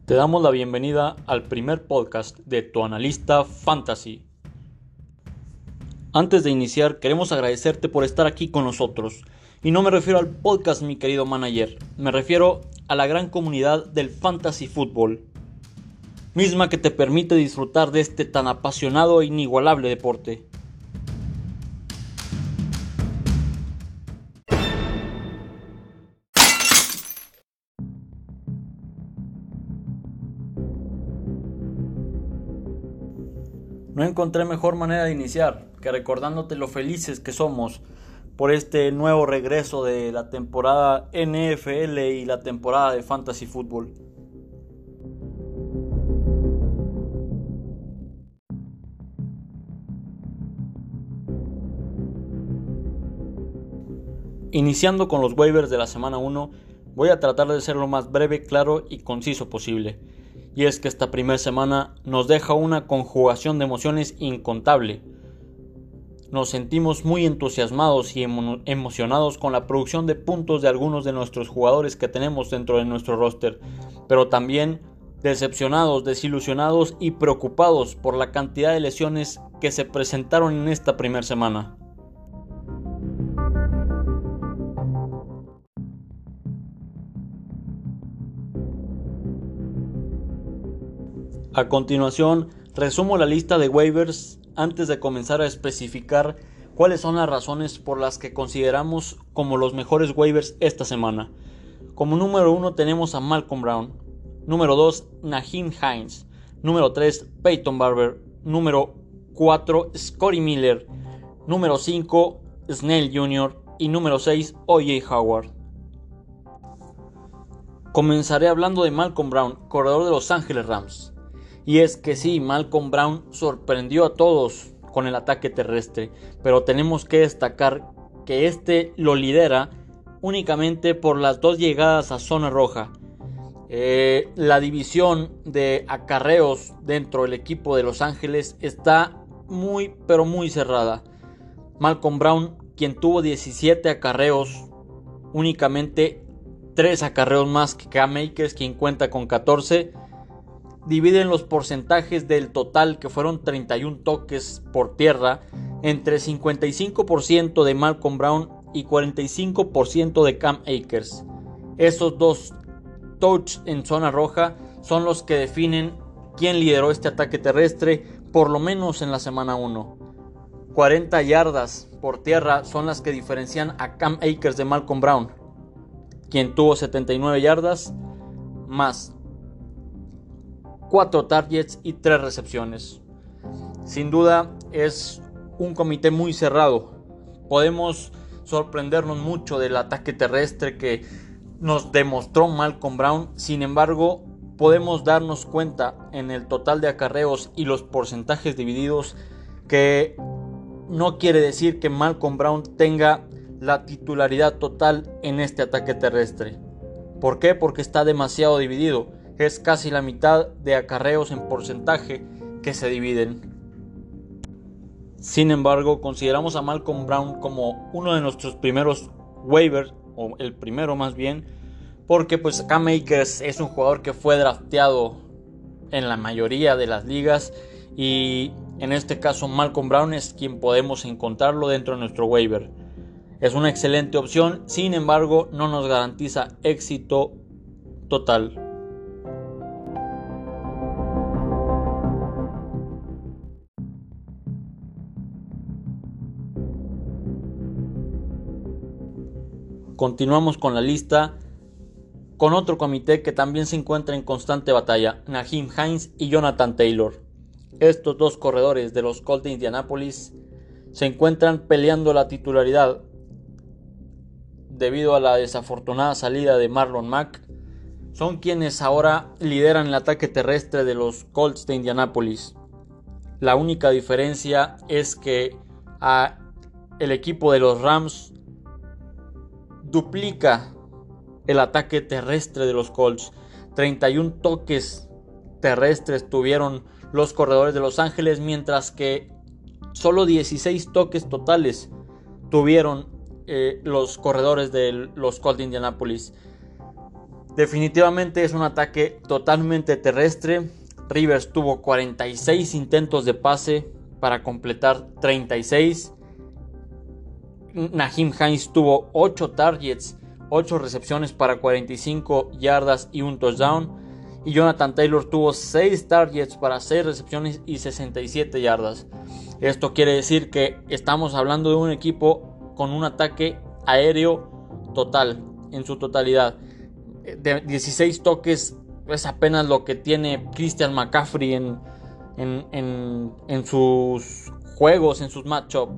Te damos la bienvenida al primer podcast de Tu Analista Fantasy. Antes de iniciar, queremos agradecerte por estar aquí con nosotros. Y no me refiero al podcast, mi querido manager. Me refiero a la gran comunidad del Fantasy Fútbol, misma que te permite disfrutar de este tan apasionado e inigualable deporte. No encontré mejor manera de iniciar que recordándote lo felices que somos por este nuevo regreso de la temporada NFL y la temporada de Fantasy Football. Iniciando con los waivers de la semana 1, voy a tratar de ser lo más breve, claro y conciso posible. Y es que esta primera semana nos deja una conjugación de emociones incontable. Nos sentimos muy entusiasmados y emocionados con la producción de puntos de algunos de nuestros jugadores que tenemos dentro de nuestro roster, pero también decepcionados, desilusionados y preocupados por la cantidad de lesiones que se presentaron en esta primera semana. A continuación, resumo la lista de waivers antes de comenzar a especificar cuáles son las razones por las que consideramos como los mejores waivers esta semana. Como número 1 tenemos a Malcolm Brown, número 2 Nyheim Hines, número 3 Peyton Barber, número 4 Scotty Miller, número 5 Snell Jr. y número 6 O.J. Howard. Comenzaré hablando de Malcolm Brown, corredor de Los Ángeles Rams. Y es que sí, Malcolm Brown sorprendió a todos con el ataque terrestre, pero tenemos que destacar que este lo lidera únicamente por las 2 llegadas a zona roja. La división de acarreos dentro del equipo de Los Ángeles está muy pero muy cerrada. Malcolm Brown, quien tuvo 17 acarreos, únicamente 3 acarreos más que Cam Akers, quien cuenta con 14, dividen los porcentajes del total, que fueron 31 toques por tierra, entre 55% de Malcolm Brown y 45% de Cam Akers. Esos 2 touches en zona roja son los que definen quién lideró este ataque terrestre, por lo menos en la semana 1. 40 yardas por tierra son las que diferencian a Cam Akers de Malcolm Brown, quien tuvo 79 yardas más 4 targets y 3 recepciones. Sin duda es un comité muy cerrado. Podemos sorprendernos mucho del ataque terrestre que nos demostró Malcolm Brown. Sin embargo, podemos darnos cuenta en el total de acarreos y los porcentajes divididos que no quiere decir que Malcolm Brown tenga la titularidad total en este ataque terrestre. ¿Por qué? Porque está demasiado dividido. Es casi la mitad de acarreos en porcentaje que se dividen. Sin embargo, consideramos a Malcolm Brown como uno de nuestros primeros waivers, o el primero más bien, porque pues Cam Akers es un jugador que fue drafteado en la mayoría de las ligas, y en este caso Malcolm Brown es quien podemos encontrarlo dentro de nuestro waiver. Es una excelente opción, sin embargo no nos garantiza éxito total. Continuamos con la lista con otro comité que también se encuentra en constante batalla, Nyheim Hines y Jonathan Taylor. Estos 2 corredores de los Colts de Indianapolis se encuentran peleando la titularidad debido a la desafortunada salida de Marlon Mack. Son quienes ahora lideran el ataque terrestre de los Colts de Indianapolis. La única diferencia es que el equipo de los Rams duplica el ataque terrestre de los Colts. 31 toques terrestres tuvieron los corredores de Los Ángeles, mientras que solo 16 toques totales tuvieron los corredores de los Colts de Indianapolis. Definitivamente es un ataque totalmente terrestre. Rivers tuvo 46 intentos de pase para completar 36. Nyheim Hines tuvo 8 targets, 8 recepciones para 45 yardas y un touchdown. Y Jonathan Taylor tuvo 6 targets para 6 recepciones y 67 yardas. Esto quiere decir que estamos hablando de un equipo con un ataque aéreo total, en su totalidad. De 16 toques es apenas lo que tiene Christian McCaffrey en sus juegos, en sus matchups.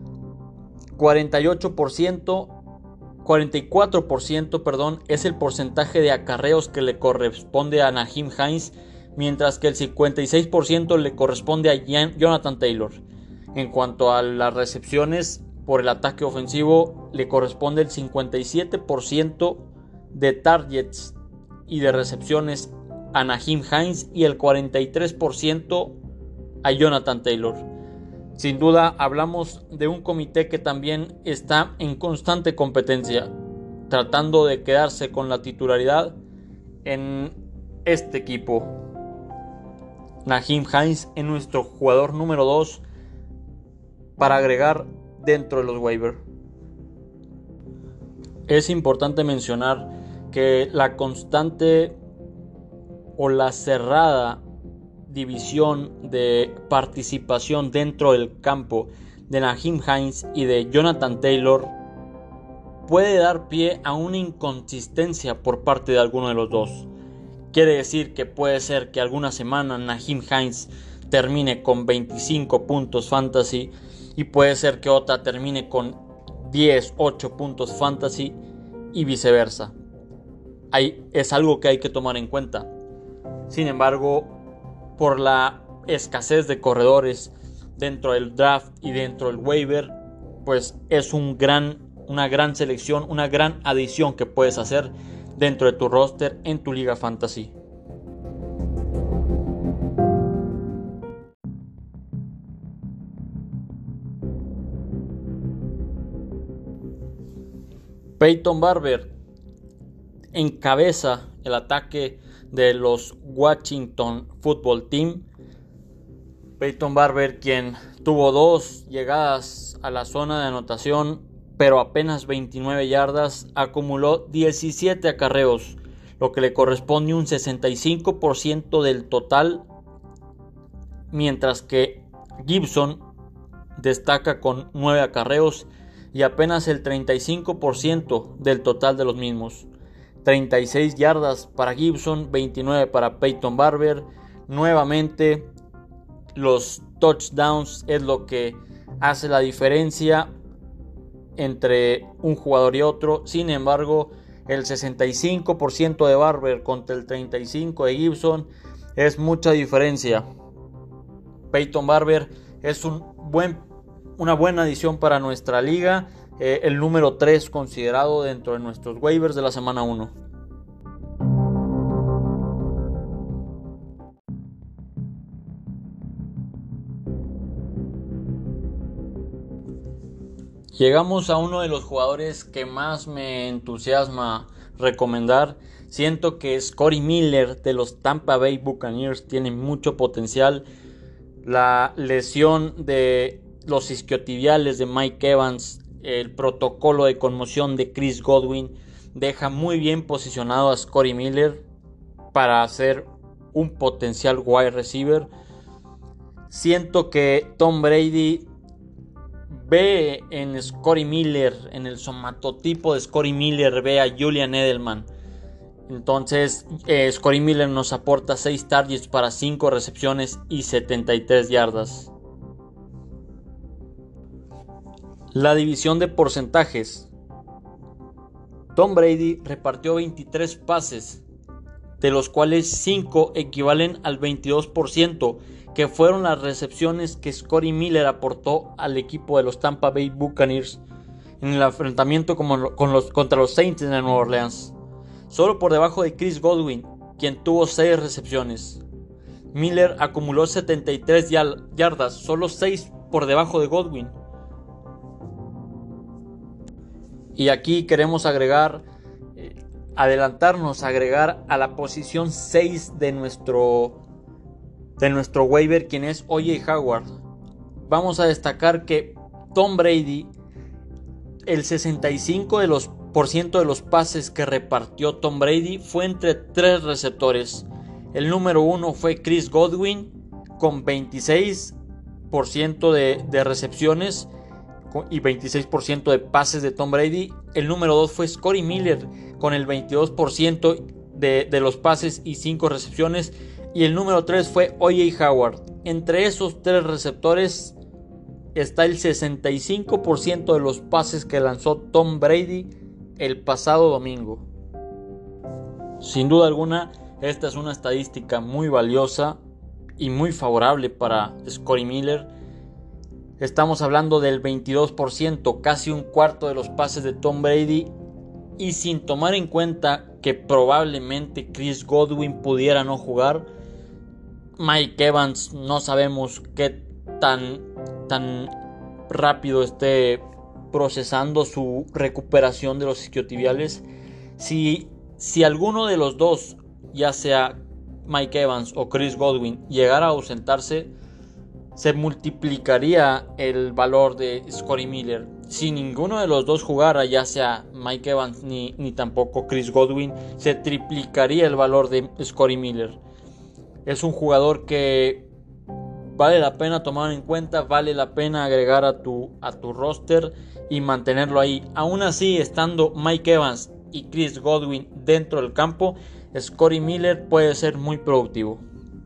44% es el porcentaje de acarreos que le corresponde a Nyheim Hines, mientras que el 56% le corresponde a Jonathan Taylor. En cuanto a las recepciones por el ataque ofensivo, le corresponde el 57% de targets y de recepciones a Nyheim Hines y el 43% a Jonathan Taylor. Sin duda hablamos de un comité que también está en constante competencia, tratando de quedarse con la titularidad en este equipo. Nyheim Hines es nuestro jugador número 2 para agregar dentro de los waivers. Es importante mencionar que la constante o la cerrada división de participación dentro del campo de Nyheim Hines y de Jonathan Taylor puede dar pie a una inconsistencia por parte de alguno de los dos. Quiere decir que puede ser que alguna semana Nyheim Hines termine con 25 puntos fantasy y puede ser que otra termine con 10, 8 puntos fantasy y viceversa. Es algo que hay que tomar en cuenta. Sin embargo, por la escasez de corredores dentro del draft y dentro del waiver, pues es una gran selección, una gran adición que puedes hacer dentro de tu roster en tu liga fantasy. Peyton Barber encabeza el ataque de los Washington Football Team. Peyton Barber, quien tuvo 2 llegadas a la zona de anotación, pero apenas 29 yardas, acumuló 17 acarreos, lo que le corresponde un 65% del total, mientras que Gibson destaca con 9 acarreos y apenas el 35% del total de los mismos. 36 yardas para Gibson, 29 para Peyton Barber. Nuevamente, los touchdowns es lo que hace la diferencia entre un jugador y otro. Sin embargo, el 65% de Barber contra el 35% de Gibson es mucha diferencia. Peyton Barber es una buena adición para nuestra liga, el número 3 considerado dentro de nuestros waivers de la semana 1. Llegamos a uno de los jugadores que más me entusiasma recomendar. Siento que Scotty Miller de los Tampa Bay Buccaneers tiene mucho potencial. La lesión de los isquiotibiales de Mike Evans, el protocolo de conmoción de Chris Godwin, deja muy bien posicionado a Scotty Miller para ser un potencial wide receiver. Siento que Tom Brady ve en Scotty Miller, en el somatotipo de Scotty Miller, ve a Julian Edelman. Entonces Scotty Miller nos aporta 6 targets para 5 recepciones y 73 yardas. La división de porcentajes. Tom Brady repartió 23 pases, de los cuales 5 equivalen al 22%, que fueron las recepciones que Scotty Miller aportó al equipo de los Tampa Bay Buccaneers en el enfrentamiento contra los Saints de Nueva Orleans. Solo por debajo de Chris Godwin, quien tuvo 6 recepciones. Miller acumuló 73 yardas, solo 6 por debajo de Godwin. Y aquí queremos agregar adelantarnos, agregar a la posición 6 de nuestro waiver, quien es O.J. Howard. Vamos a destacar que Tom Brady, el 65% de los pases que repartió Tom Brady fue entre 3 receptores. El número 1 fue Chris Godwin con 26% de recepciones y 26% de pases de Tom Brady. El número 2 fue Scotty Miller con el 22% de los pases y 5 recepciones. Y el número 3 fue O.J. Howard. Entre esos 3 receptores está el 65% de los pases que lanzó Tom Brady el pasado domingo. Sin duda alguna, esta es una estadística muy valiosa y muy favorable para Scotty Miller. Estamos hablando del 22%, casi un cuarto de los pases de Tom Brady, y sin tomar en cuenta que probablemente Chris Godwin pudiera no jugar. Mike Evans no sabemos qué tan rápido esté procesando su recuperación de los isquiotibiales. Si alguno de los dos, ya sea Mike Evans o Chris Godwin, llegara a ausentarse, se multiplicaría el valor de Scotty Miller. Si ninguno de los dos jugara, ya sea Mike Evans ni tampoco Chris Godwin, se triplicaría el valor de Scotty Miller. Es un jugador que vale la pena tomar en cuenta, vale la pena agregar a tu roster y mantenerlo ahí. Aún así, estando Mike Evans y Chris Godwin dentro del campo, Scotty Miller puede ser muy productivo.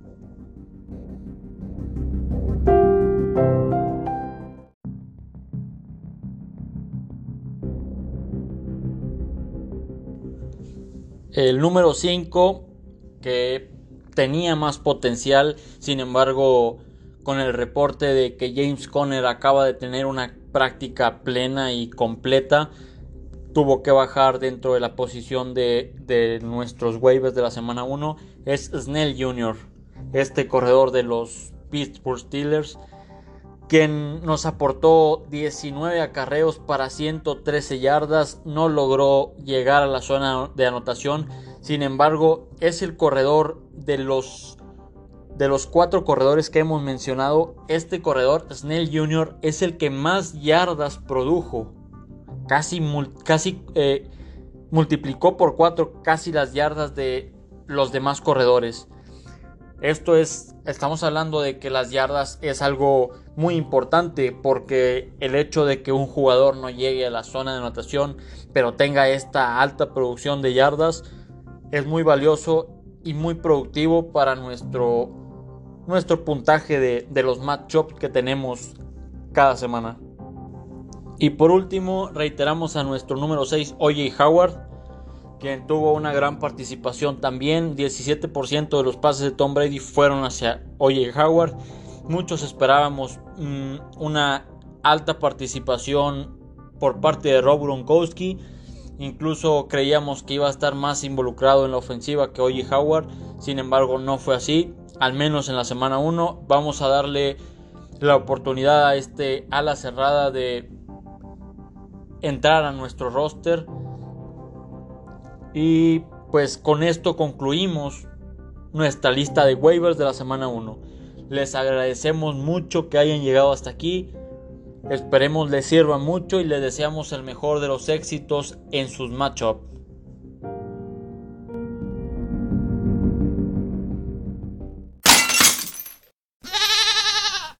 El número 5, que tenía más potencial, sin embargo, con el reporte de que James Conner acaba de tener una práctica plena y completa, tuvo que bajar dentro de la posición de nuestros waivers de la semana 1, es Snell Jr., este corredor de los Pittsburgh Steelers, quien nos aportó 19 acarreos para 113 yardas, no logró llegar a la zona de anotación. Sin embargo, es el corredor de los 4 corredores que hemos mencionado. Este corredor, Snell Jr., es el que más yardas produjo. Casi multiplicó por 4 casi las yardas de los demás corredores. Estamos hablando de que las yardas es algo muy importante, porque el hecho de que un jugador no llegue a la zona de anotación pero tenga esta alta producción de yardas es muy valioso y muy productivo para nuestro puntaje de los matchups que tenemos cada semana. Y por último, reiteramos a nuestro número 6, O.J. Howard, quien tuvo una gran participación también. 17% de los pases de Tom Brady fueron hacia O.J. Howard. Muchos esperábamos una alta participación por parte de Rob Gronkowski. Incluso creíamos que iba a estar más involucrado en la ofensiva que O.J. Howard. Sin embargo, no fue así, al menos en la semana 1. Vamos a darle la oportunidad a este ala cerrada de entrar a nuestro roster. Y pues con esto concluimos nuestra lista de waivers de la semana 1. Les agradecemos mucho que hayan llegado hasta aquí. Esperemos les sirva mucho y les deseamos el mejor de los éxitos en sus matchups.